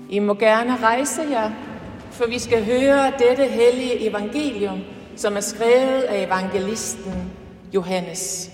I må gerne rejse jer, for vi skal høre dette hellige evangelium, som er skrevet af evangelisten Johannes.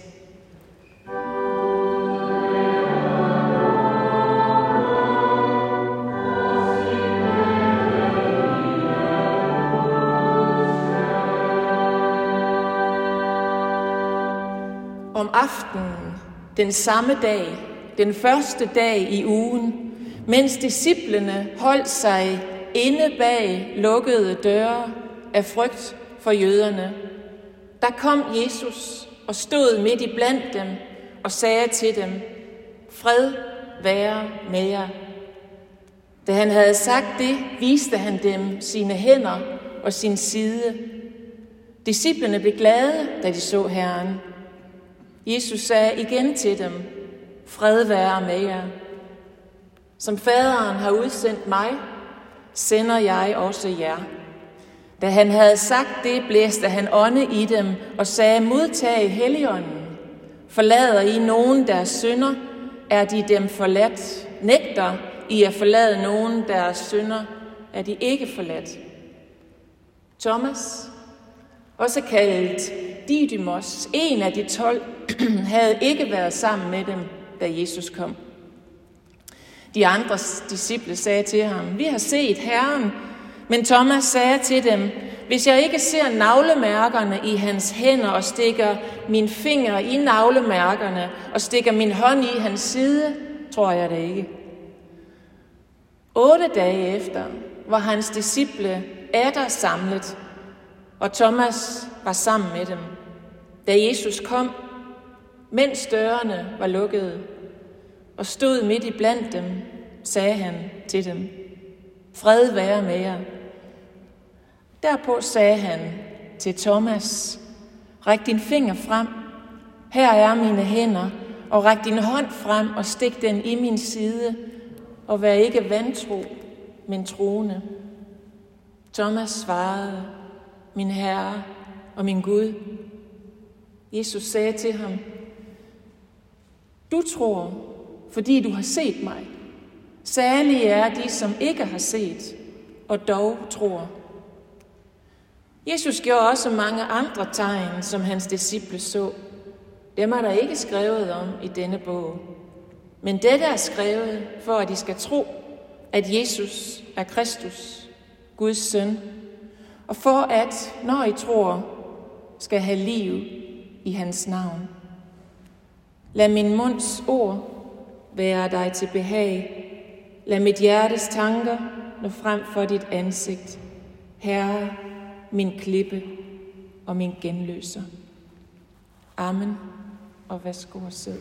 Om aftenen, den samme dag, den første dag i ugen, mens disciplene holdt sig inde bag lukkede døre af frygt for jøderne, der kom Jesus og stod midt i blandt dem og sagde til dem: Fred være med jer. Da han havde sagt det, viste han dem sine hænder og sin side. Disciplene blev glade, da de så Herren. Jesus sagde igen til dem: Fred være med jer. Som faderen har udsendt mig, sender jeg også jer. Da han havde sagt det, blæste han ånde i dem og sagde: Modtag Helligånden. Forlader I nogen deres synder, er de dem forladt. Nægter I at forlade nogen deres synder, er de ikke forladt. Thomas, også kaldet Didymos, en af de 12, havde ikke været sammen med dem, da Jesus kom. De andre disciple sagde til ham: Vi har set Herren. Men Thomas sagde til dem: Hvis jeg ikke ser navlemærkerne i hans hænder og stikker min finger i navlemærkerne og stikker min hånd i hans side, tror jeg det ikke. 8 dage efter var hans disciple atter samlet, og Thomas var sammen med dem. Da Jesus kom, mens dørene var lukkede, og stod midt i blandt dem, sagde han til dem: Fred være med jer. Derpå sagde han til Thomas: Ræk din finger frem, her er mine hænder, og ræk din hånd frem og stik den i min side, og vær ikke vantro, men troende. Thomas svarede: Min Herre og min Gud. Jesus sagde til ham: Du tror, fordi du har set mig. Salige er de, som ikke har set, og dog tror. Jesus gjorde også mange andre tegn, som hans disciple så. Dem er der ikke skrevet om i denne bog. Men dette er skrevet, for at I skal tro, at Jesus er Kristus, Guds søn, og for at, når I tror, skal have liv i hans navn. Lad min munds ord være dig til behag. Lad mit hjertes tanker nå frem for dit ansigt. Herre, min klippe og min genløser. Amen, og værsgo og sid.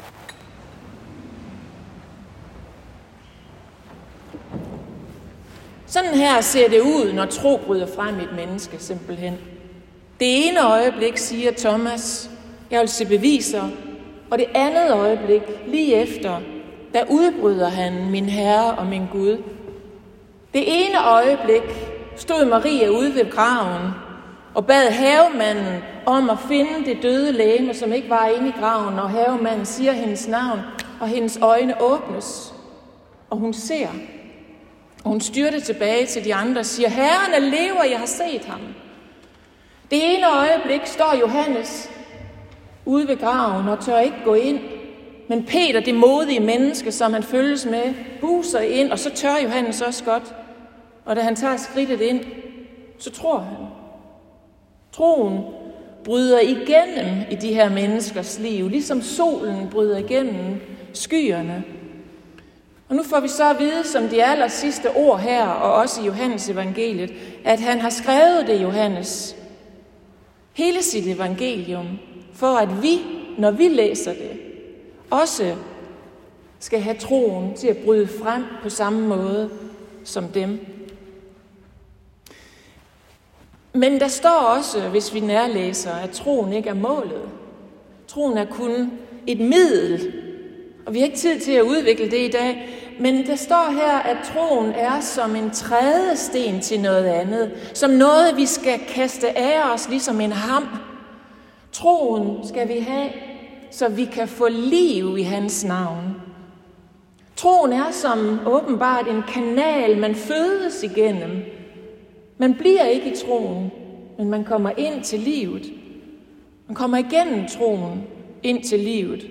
Sådan her ser det ud, når tro bryder frem i et menneske, simpelthen. Det ene øjeblik siger Thomas: Jeg vil se beviser. Og det andet øjeblik, lige efter, der udbryder han: Min Herre og min Gud. Det ene øjeblik stod Maria ude ved graven og bad havemanden om at finde det døde legeme, som ikke var inde i graven, og havemanden siger hendes navn, og hendes øjne åbnes, og hun ser. Og hun styrter tilbage til de andre og siger: Herren er lever, jeg har set ham. Det ene øjeblik står Johannes ude ved graven og tør ikke gå ind. Men Peter, det modige menneske, som han følges med, buser ind, og så tør Johannes også godt. Og da han tager skridtet ind, så tror han. Troen bryder igennem i de her menneskers liv, ligesom solen bryder igennem skyerne. Og nu får vi så at vide, som de aller sidste ord her, og også i Johannes evangeliet, at han har skrevet det, Johannes, hele sit evangelium, for at vi, når vi læser det, også skal have troen til at bryde frem på samme måde som dem. Men der står også, hvis vi nærlæser, at troen ikke er målet. Troen er kun et middel, og vi har ikke tid til at udvikle det i dag. Men der står her, at troen er som en trædesten til noget andet. Som noget, vi skal kaste af os, ligesom en ham. Troen skal vi have, så vi kan få liv i hans navn. Troen er som åbenbart en kanal, man fødes igennem. Man bliver ikke i troen, men man kommer ind til livet. Man kommer igennem troen ind til livet.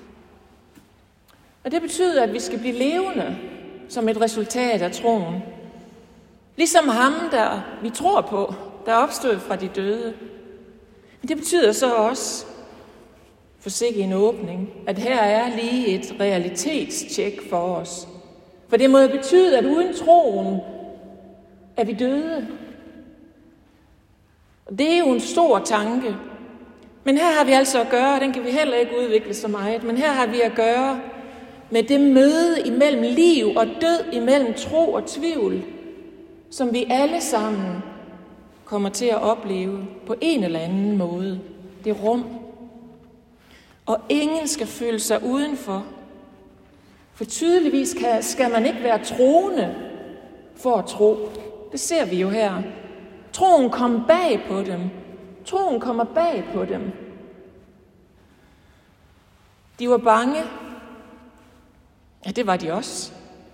Og det betyder, at vi skal blive levende som et resultat af troen. Ligesom ham, der vi tror på, der er opstået fra de døde. Men det betyder så også, for sikke en åbning, at her er lige et realitetstjek for os. For det må jo betyde, at uden troen er vi døde. Og det er jo en stor tanke. Men her har vi altså at gøre, den kan vi heller ikke udvikle så meget, men her har vi at gøre med det møde imellem liv og død, imellem tro og tvivl, som vi alle sammen kommer til at opleve på en eller anden måde. Det rum. Og ingen skal føle sig udenfor. For tydeligvis skal man ikke være troende for at tro. Det ser vi jo her. Troen kom bag på dem. Troen kommer bag på dem. De var bange. Ja, det var de også.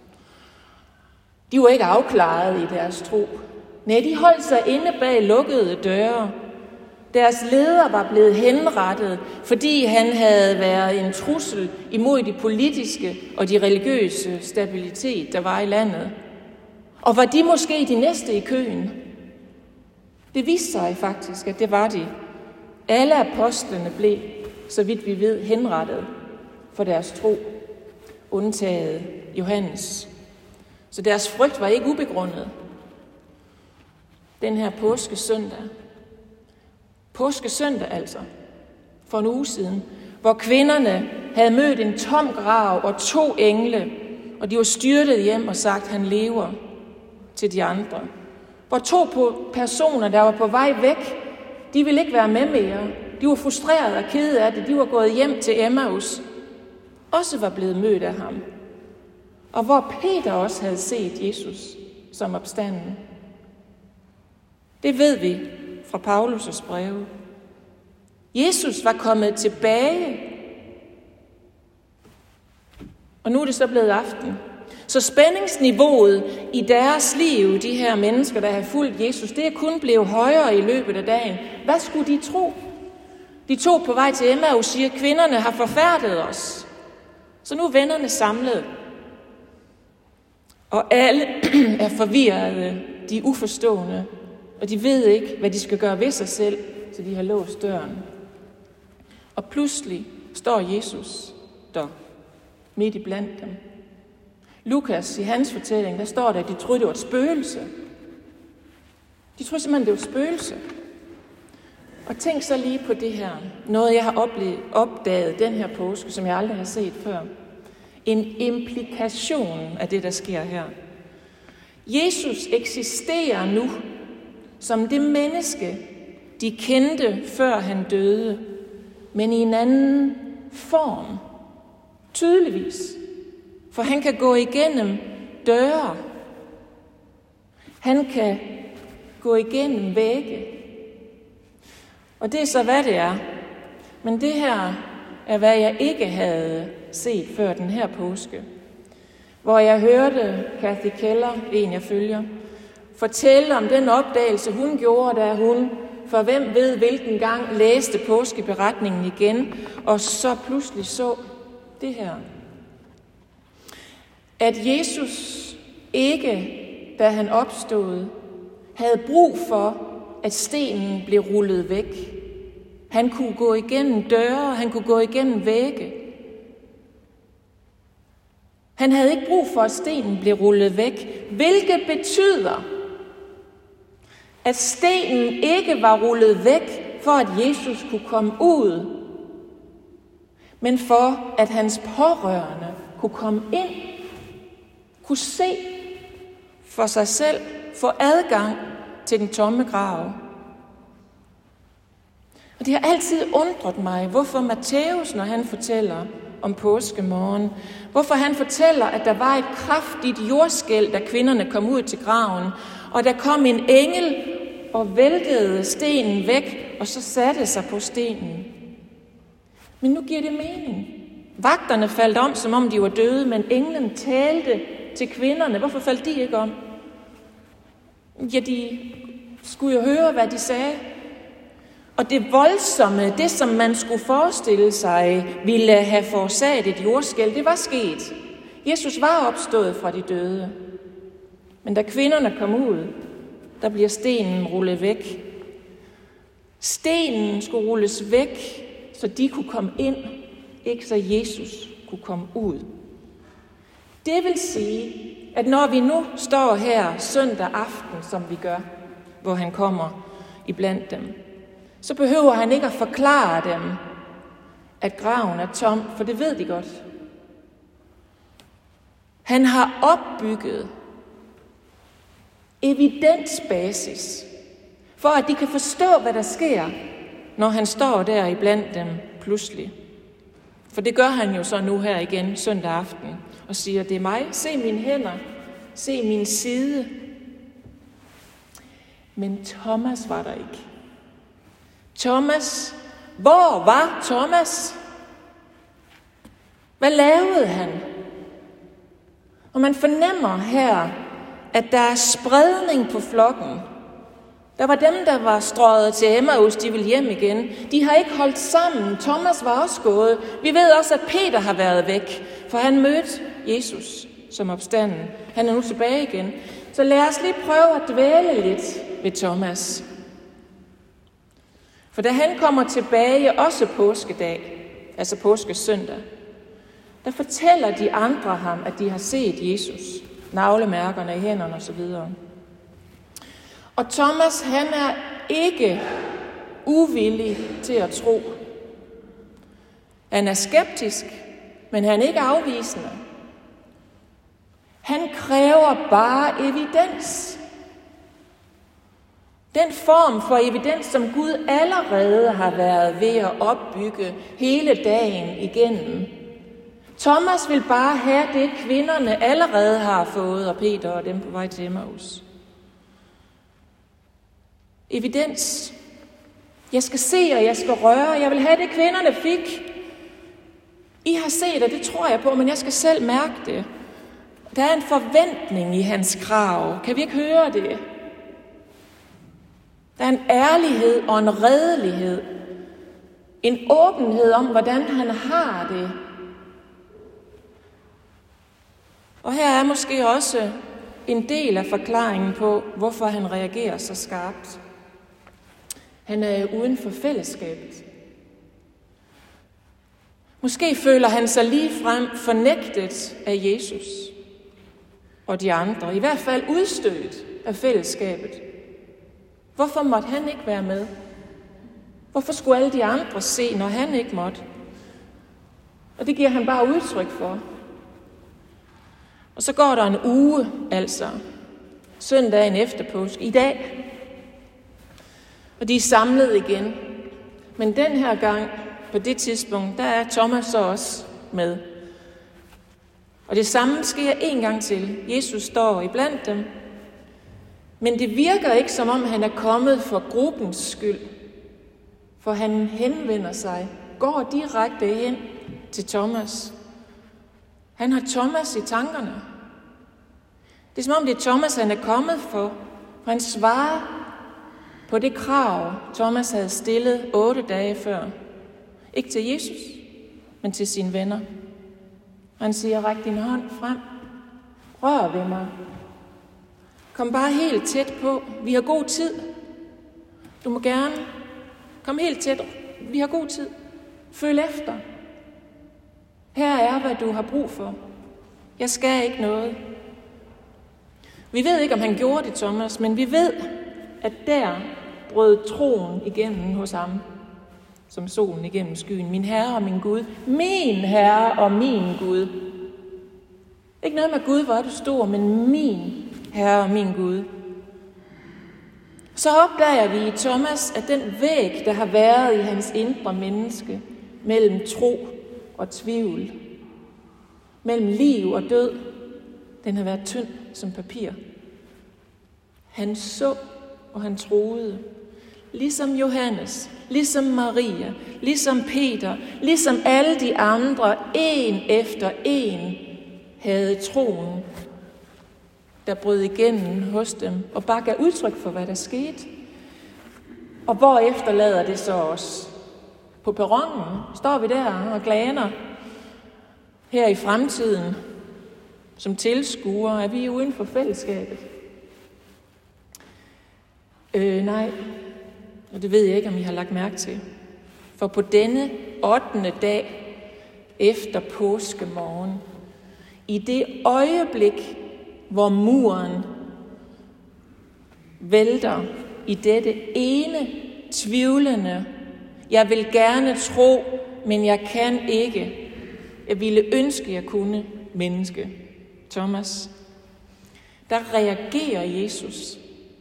De var ikke afklaret i deres tro. Nej, de holdt sig inde bag lukkede døre. Deres leder var blevet henrettet, fordi han havde været en trussel imod de politiske og de religiøse stabilitet, der var i landet. Og var de måske de næste i køen? Det viste sig faktisk, at det var de. Alle apostlene blev, så vidt vi ved, henrettet for deres tro, undtaget Johannes. Så deres frygt var ikke ubegrundet. Den her påskesøndag altså, for en uge siden, hvor kvinderne havde mødt en tom grav og 2 engle, og de var styrtet hjem og sagt, han lever, til de andre. Hvor 2 personer, der var på vej væk, de ville ikke være med mere. De var frustrerede og kede af det. De var gået hjem til Emmaus, også var blevet mødt af ham. Og hvor Peter også havde set Jesus som opstanden. Det ved vi fra Paulus' breve. Jesus var kommet tilbage, og nu er det så blevet aften. Så spændingsniveauet i deres liv, de her mennesker, der har fulgt Jesus, det er kun blevet højere i løbet af dagen. Hvad skulle de tro? De 2 på vej til Emmaus siger, at kvinderne har forfærdet os. Så nu er vennerne samlet. Og alle er forvirrede, de er uforstående, og de ved ikke, hvad de skal gøre ved sig selv, så de har låst døren. Og pludselig står Jesus der, midt i blandt dem. Lukas, i hans fortælling, der står der, at de troede, det var et spøgelse. De troede simpelthen, det var et spøgelse. Og tænk så lige på det her. Noget, jeg har opdaget den her påske, som jeg aldrig har set før. En implikation af det, der sker her. Jesus eksisterer nu som det menneske, de kendte, før han døde, men i en anden form. Tydeligvis. For han kan gå igennem døre. Han kan gå igennem vægge. Og det er så, hvad det er. Men det her er, hvad jeg ikke havde set før den her påske. Hvor jeg hørte Kathy Keller, en jeg følger, fortælle om den opdagelse, hun gjorde, da hun, for hvem ved hvilken gang, læste påskeberetningen igen, og så pludselig så det her. At Jesus ikke, da han opstod, havde brug for, at stenen blev rullet væk. Han kunne gå igennem døre, han kunne gå igennem vægge. Han havde ikke brug for, at stenen blev rullet væk, hvilket betyder, at stenen ikke var rullet væk, for at Jesus kunne komme ud, men for at hans pårørende kunne komme ind, kunne se for sig selv, få adgang til den tomme grav. Og det har altid undret mig, hvorfor Matthæus, når han fortæller om påskemorgen, hvorfor han fortæller, at der var et kraftigt jordskælv, da kvinderne kom ud til graven, og der kom en engel og væltede stenen væk, og så satte sig på stenen. Men nu giver det mening. Vagterne faldt om, som om de var døde, men englen talte til kvinderne. Hvorfor faldt de ikke om? Ja, de skulle jo høre, hvad de sagde. Og det voldsomme, det som man skulle forestille sig, ville have forårsaget et jordskælv, det var sket. Jesus var opstået fra de døde. Men da kvinderne kom ud, der bliver stenen rullet væk. Stenen skulle rulles væk, så de kunne komme ind, ikke så Jesus kunne komme ud. Det vil sige, at når vi nu står her søndag aften, som vi gør, hvor han kommer iblandt dem, så behøver han ikke at forklare dem, at graven er tom, for det ved de godt. Han har opbygget evidensbasis, for at de kan forstå, hvad der sker, når han står der iblandt dem pludselig. For det gør han jo så nu her igen søndag aften, og siger, det er mig, se mine hænder, se min side. Men Thomas var der ikke. Thomas, hvor var Thomas? Hvad lavede han? Og man fornemmer her, at der er spredning på flokken. Der var dem, der var strøget til Emmaus, de ville hjem igen. De har ikke holdt sammen. Thomas var også gået. Vi ved også, at Peter har været væk, for han mødte Jesus som opstanden. Han er nu tilbage igen. Så lad os lige prøve at dvæle lidt ved Thomas. For da han kommer tilbage, også påskedag, altså påskesøndag, der fortæller de andre ham, at de har set Jesus, navlemærkerne i hænderne osv. Og Thomas, han er ikke uvillig til at tro. Han er skeptisk, men han er ikke afvisende. Han kræver bare evidens. Den form for evidens, som Gud allerede har været ved at opbygge hele dagen igennem. Thomas vil bare have det, kvinderne allerede har fået, og Peter og dem på vej til Emmaus. Evidens. Jeg skal se, og jeg skal røre. Jeg vil have det, kvinderne fik. I har set, og det tror jeg på, men jeg skal selv mærke det. Der er en forventning i hans krav. Kan vi ikke høre det? Der er en ærlighed og en redelighed. En åbenhed om, hvordan han har det. Og her er måske også en del af forklaringen på, hvorfor han reagerer så skarpt. Han er uden for fællesskabet. Måske føler han sig ligefrem fornægtet af Jesus og de andre. I hvert fald udstødt af fællesskabet. Hvorfor måtte han ikke være med? Hvorfor skulle alle de andre se, når han ikke måtte? Og det giver han bare udtryk for. Og så går der en uge, altså søndagen efter påske, i dag. Og de er samlet igen. Men den her gang, på det tidspunkt, der er Thomas så også med. Og det samme sker en gang til. Jesus står iblandt dem. Men det virker ikke, som om han er kommet for gruppens skyld. For han henvender sig, går direkte hen til Thomas. Han har Thomas i tankerne. Det er som om det er Thomas, han er kommet for han svarer på det krav, Thomas havde stillet 8 dage før. Ikke til Jesus, men til sine venner. Han siger, ræk din hånd frem. Rør ved mig. Kom bare helt tæt på. Vi har god tid. Du må gerne. Kom helt tæt. Vi har god tid. Følg efter. Her er, hvad du har brug for. Jeg skal ikke noget. Vi ved ikke, om han gjorde det, Thomas, men vi ved, at der brød troen igennem hos ham, som solen igennem skyen. Min Herre og min Gud. Min Herre og min Gud. Ikke noget med Gud, hvor er du stor, men min Herre og min Gud. Så opdager vi i Thomas, at den væg, der har været i hans indre menneske, mellem tro og tvivl, mellem liv og død, den har været tynd som papir. Han så, og han troede. ligesom Johannes, ligesom Maria, ligesom Peter, ligesom alle de andre, en efter en, havde troen, der brød igennem hos dem, og bare gav udtryk for, hvad der skete. Og hvor efterlader det så os? På perronen står vi der og glaner. Her i fremtiden, som tilskuere, er vi uden for fællesskabet. Nej, og det ved jeg ikke, om I har lagt mærke til. For på denne 8. dag efter påskemorgen, i det øjeblik, hvor muren vælter i dette ene tvivlende, jeg vil gerne tro, men jeg kan ikke. Jeg ville ønske, jeg kunne menneske. Thomas. Der reagerer Jesus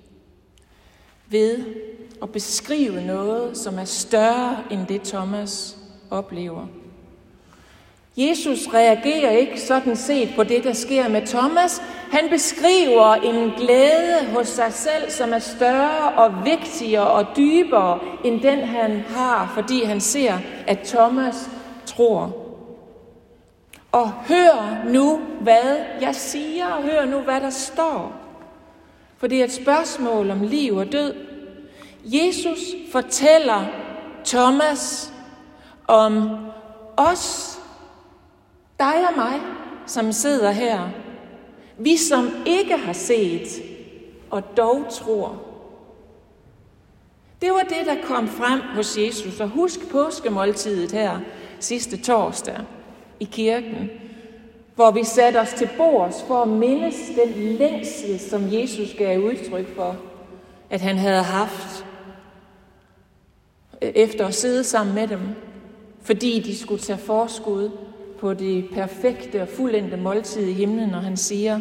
ved at beskrive noget, som er større end det, Thomas oplever. Jesus reagerer ikke sådan set på det, der sker med Thomas. Han beskriver en glæde hos sig selv, som er større og vigtigere og dybere end den, han har, fordi han ser, at Thomas tror. Og hør nu, hvad jeg siger, og hør nu, hvad der står. For det er et spørgsmål om liv og død. Jesus fortæller Thomas om os, dig og mig, som sidder her. Vi, som ikke har set og dog tror. Det var det, der kom frem hos Jesus. Og husk påskemåltidet her sidste torsdag i kirken, hvor vi satte os til bords for at mindes den længsel, som Jesus gav udtryk for, at han havde haft efter at sidde sammen med dem, fordi de skulle tage forskud på det perfekte og fuldendte måltid i himlen, når han siger,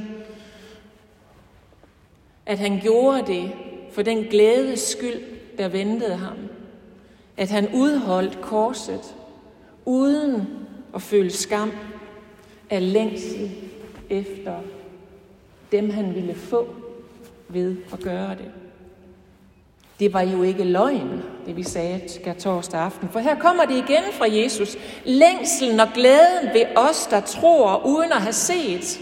at han gjorde det for den glædes skyld, der ventede ham. At han udholdt korset uden at føle skam af længsel efter dem, han ville få ved at gøre det. Det var jo ikke løgn, det vi sagde torsdag aften. For her kommer det igen fra Jesus. Længselen og glæden ved os, der tror, uden at have set.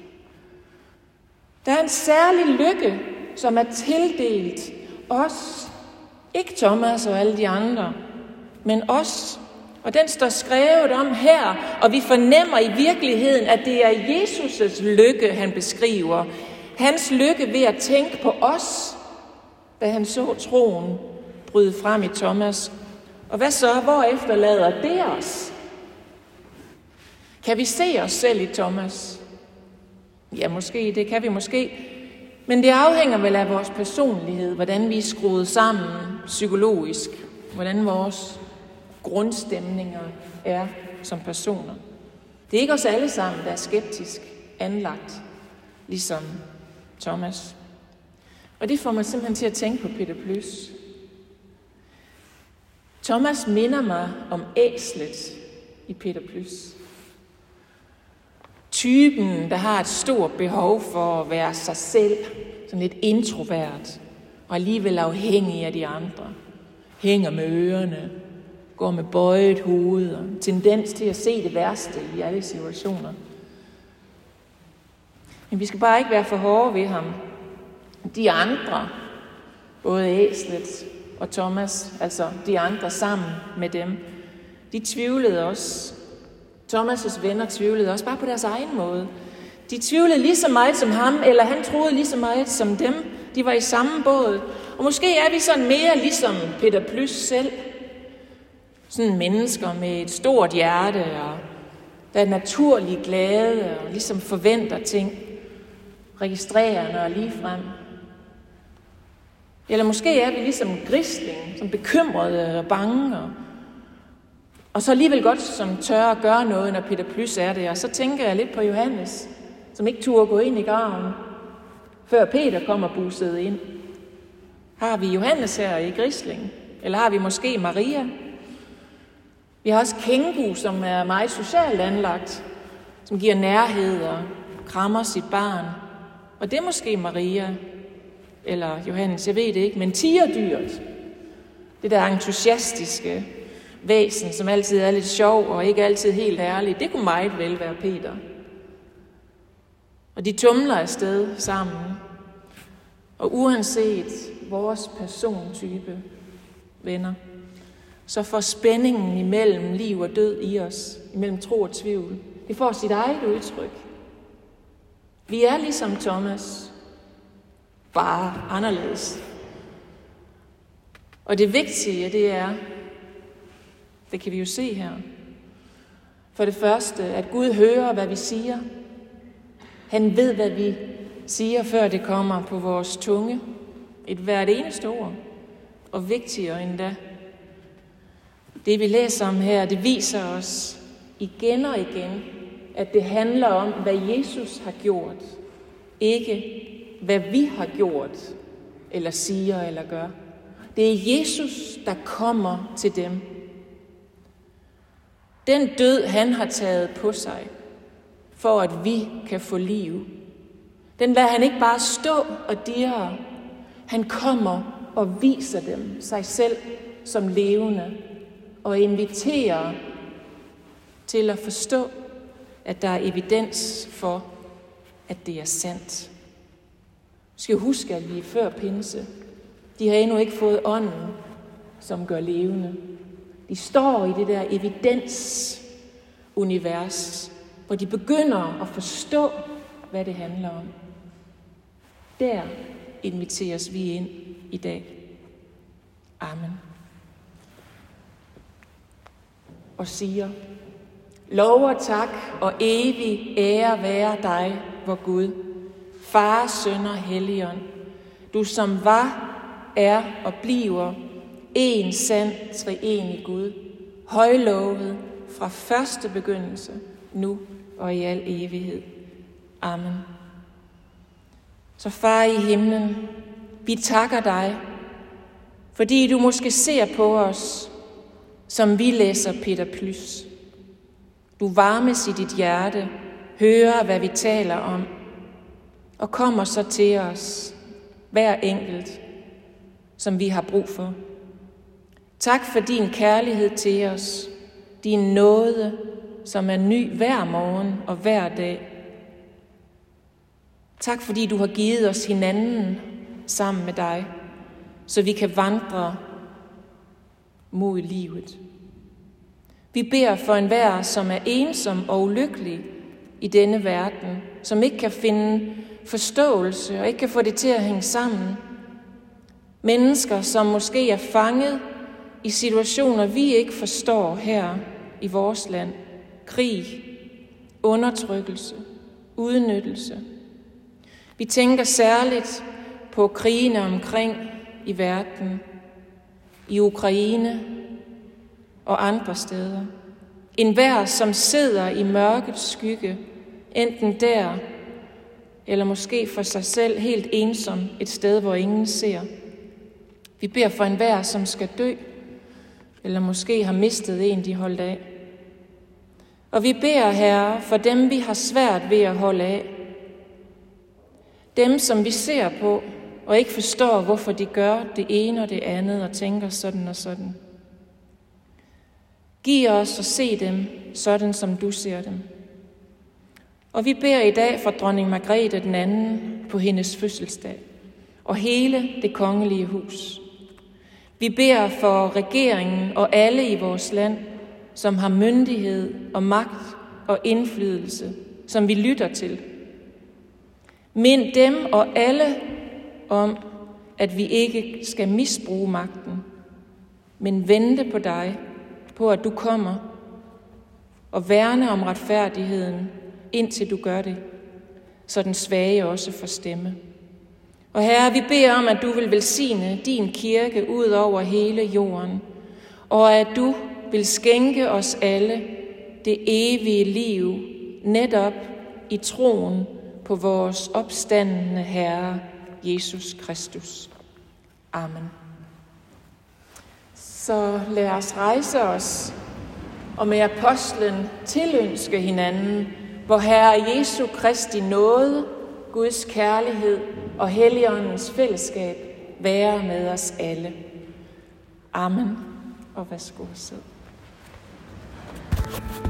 Der er en særlig lykke, som er tildelt os. Ikke Thomas og alle de andre, men os. Og den står skrevet om her, og vi fornemmer i virkeligheden, at det er Jesus' lykke, han beskriver. Hans lykke ved at tænke på os, da han så troen bryde frem i Thomas. Og hvad så? Hvor efterlader det os? Kan vi se os selv i Thomas? Ja, måske. Det kan vi måske. Men det afhænger vel af vores personlighed, hvordan vi er skruet sammen psykologisk, hvordan vores grundstemninger er som personer. Det er ikke os alle sammen, der er skeptisk anlagt, ligesom Thomas. Og det får mig simpelthen til at tænke på Peter Plys. Thomas minder mig om æslet i Peter Plys. Typen, der har et stort behov for at være sig selv, sådan lidt introvert, og alligevel afhængig af de andre. Hænger med ørerne, går med bøjet hoved og tendens til at se det værste i alle situationer. Men vi skal bare ikke være for hårde ved ham. De andre, både æslet og Thomas, altså de andre sammen med dem, de tvivlede også. Thomas' venner tvivlede også, bare på deres egen måde. De tvivlede lige så meget som ham, eller han troede lige så meget som dem. De var i samme båd. Og måske er vi sådan mere ligesom Peter Plys selv. Sådan mennesker med et stort hjerte, og der er naturlig glæde, og ligesom forventer ting. Registrerende og ligefrem. Eller måske er vi ligesom Grisling, som bekymrede og bange, og så alligevel godt som tør at gøre noget, når Peter Plys er det. Og så tænker jeg lidt på Johannes, som ikke turde gå ind i graven, før Peter kommer buset ind. Har vi Johannes her i Grisling? Eller har vi måske Maria? Vi har også Kængu, som er meget socialt anlagt, som giver nærhed og krammer sit barn. Og det er måske Maria eller Johannes, jeg ved det ikke, men tigerdyret, Det der entusiastiske væsen, som altid er lidt sjov og ikke altid helt ærlig, det kunne meget vel være Peter. Og de tumler afsted sammen. Og uanset vores persontype, venner, så får spændingen imellem liv og død i os, imellem tro og tvivl, det får sit eget udtryk. Vi er ligesom Thomas, bare anderledes. Og det vigtige, det kan vi jo se her. For det første, at Gud hører, hvad vi siger. Han ved, hvad vi siger, før det kommer på vores tunge. Et hvert eneste ord. Og vigtigere endda. Det vi læser om her, det viser os igen og igen, at det handler om, hvad Jesus har gjort. Ikke hvad vi har gjort, eller siger, eller gør. Det er Jesus, der kommer til dem. Den død, han har taget på sig, for at vi kan få liv. Den lader han ikke bare stå og dirre. Han kommer og viser dem sig selv som levende, og inviterer til at forstå, at der er evidens for, at det er sandt. Vi skal huske, at vi er før pinse. De har endnu ikke fået ånden, som gør levende. De står i det der evidensunivers, hvor de begynder at forstå, hvad det handler om. Der inviteres vi ind i dag. Amen. Og siger, lov og tak og evig ære være dig, vor Gud, Far, Søn og Helligånd, du som var, er og bliver en sand treenig Gud, højlovet fra første begyndelse, nu og i al evighed. Amen. Så Far i himlen, vi takker dig, fordi du måske ser på os, som vi læser Peter Plys. Du varmes i dit hjerte, hører, hvad vi taler om, og kommer så til os, hver enkelt, som vi har brug for. Tak for din kærlighed til os, din nåde, som er ny hver morgen og hver dag. Tak fordi du har givet os hinanden sammen med dig, så vi kan vandre mod livet. Vi beder for enhver, som er ensom og ulykkelig i denne verden, som ikke kan finde forståelse og ikke kan få det til at hænge sammen. Mennesker, som måske er fanget i situationer, vi ikke forstår her i vores land. Krig, undertrykkelse, udnyttelse. Vi tænker særligt på krigene omkring i verden, i Ukraine og andre steder. Enhver, som sidder i mørkets skygge, enten der, eller måske for sig selv helt ensom et sted, hvor ingen ser. Vi beder for enhver, som skal dø, eller måske har mistet en, de holdt af. Og vi beder, Herre, for dem, vi har svært ved at holde af. Dem, som vi ser på, og ikke forstår, hvorfor de gør det ene og det andet, og tænker sådan og sådan. Giv os at se dem, sådan som du ser dem. Og vi beder i dag for dronning Margrethe den anden på hendes fødselsdag, og hele det kongelige hus. Vi beder for regeringen og alle i vores land, som har myndighed og magt og indflydelse, som vi lytter til. Mind dem og alle om, at vi ikke skal misbruge magten, men vente på dig, på at du kommer og værne om retfærdigheden, indtil du gør det, så den svage også får stemme. Og Herre, vi beder om, at du vil velsigne din kirke ud over hele jorden, og at du vil skænke os alle det evige liv, netop i troen på vores opstandende Herre, Jesus Kristus. Amen. Så lad os rejse os og med apostlen tilønske hinanden, hvor Herre Jesu Kristi nåde, Guds kærlighed og Helligåndens fællesskab være med os alle. Amen. Og værsgo og sid.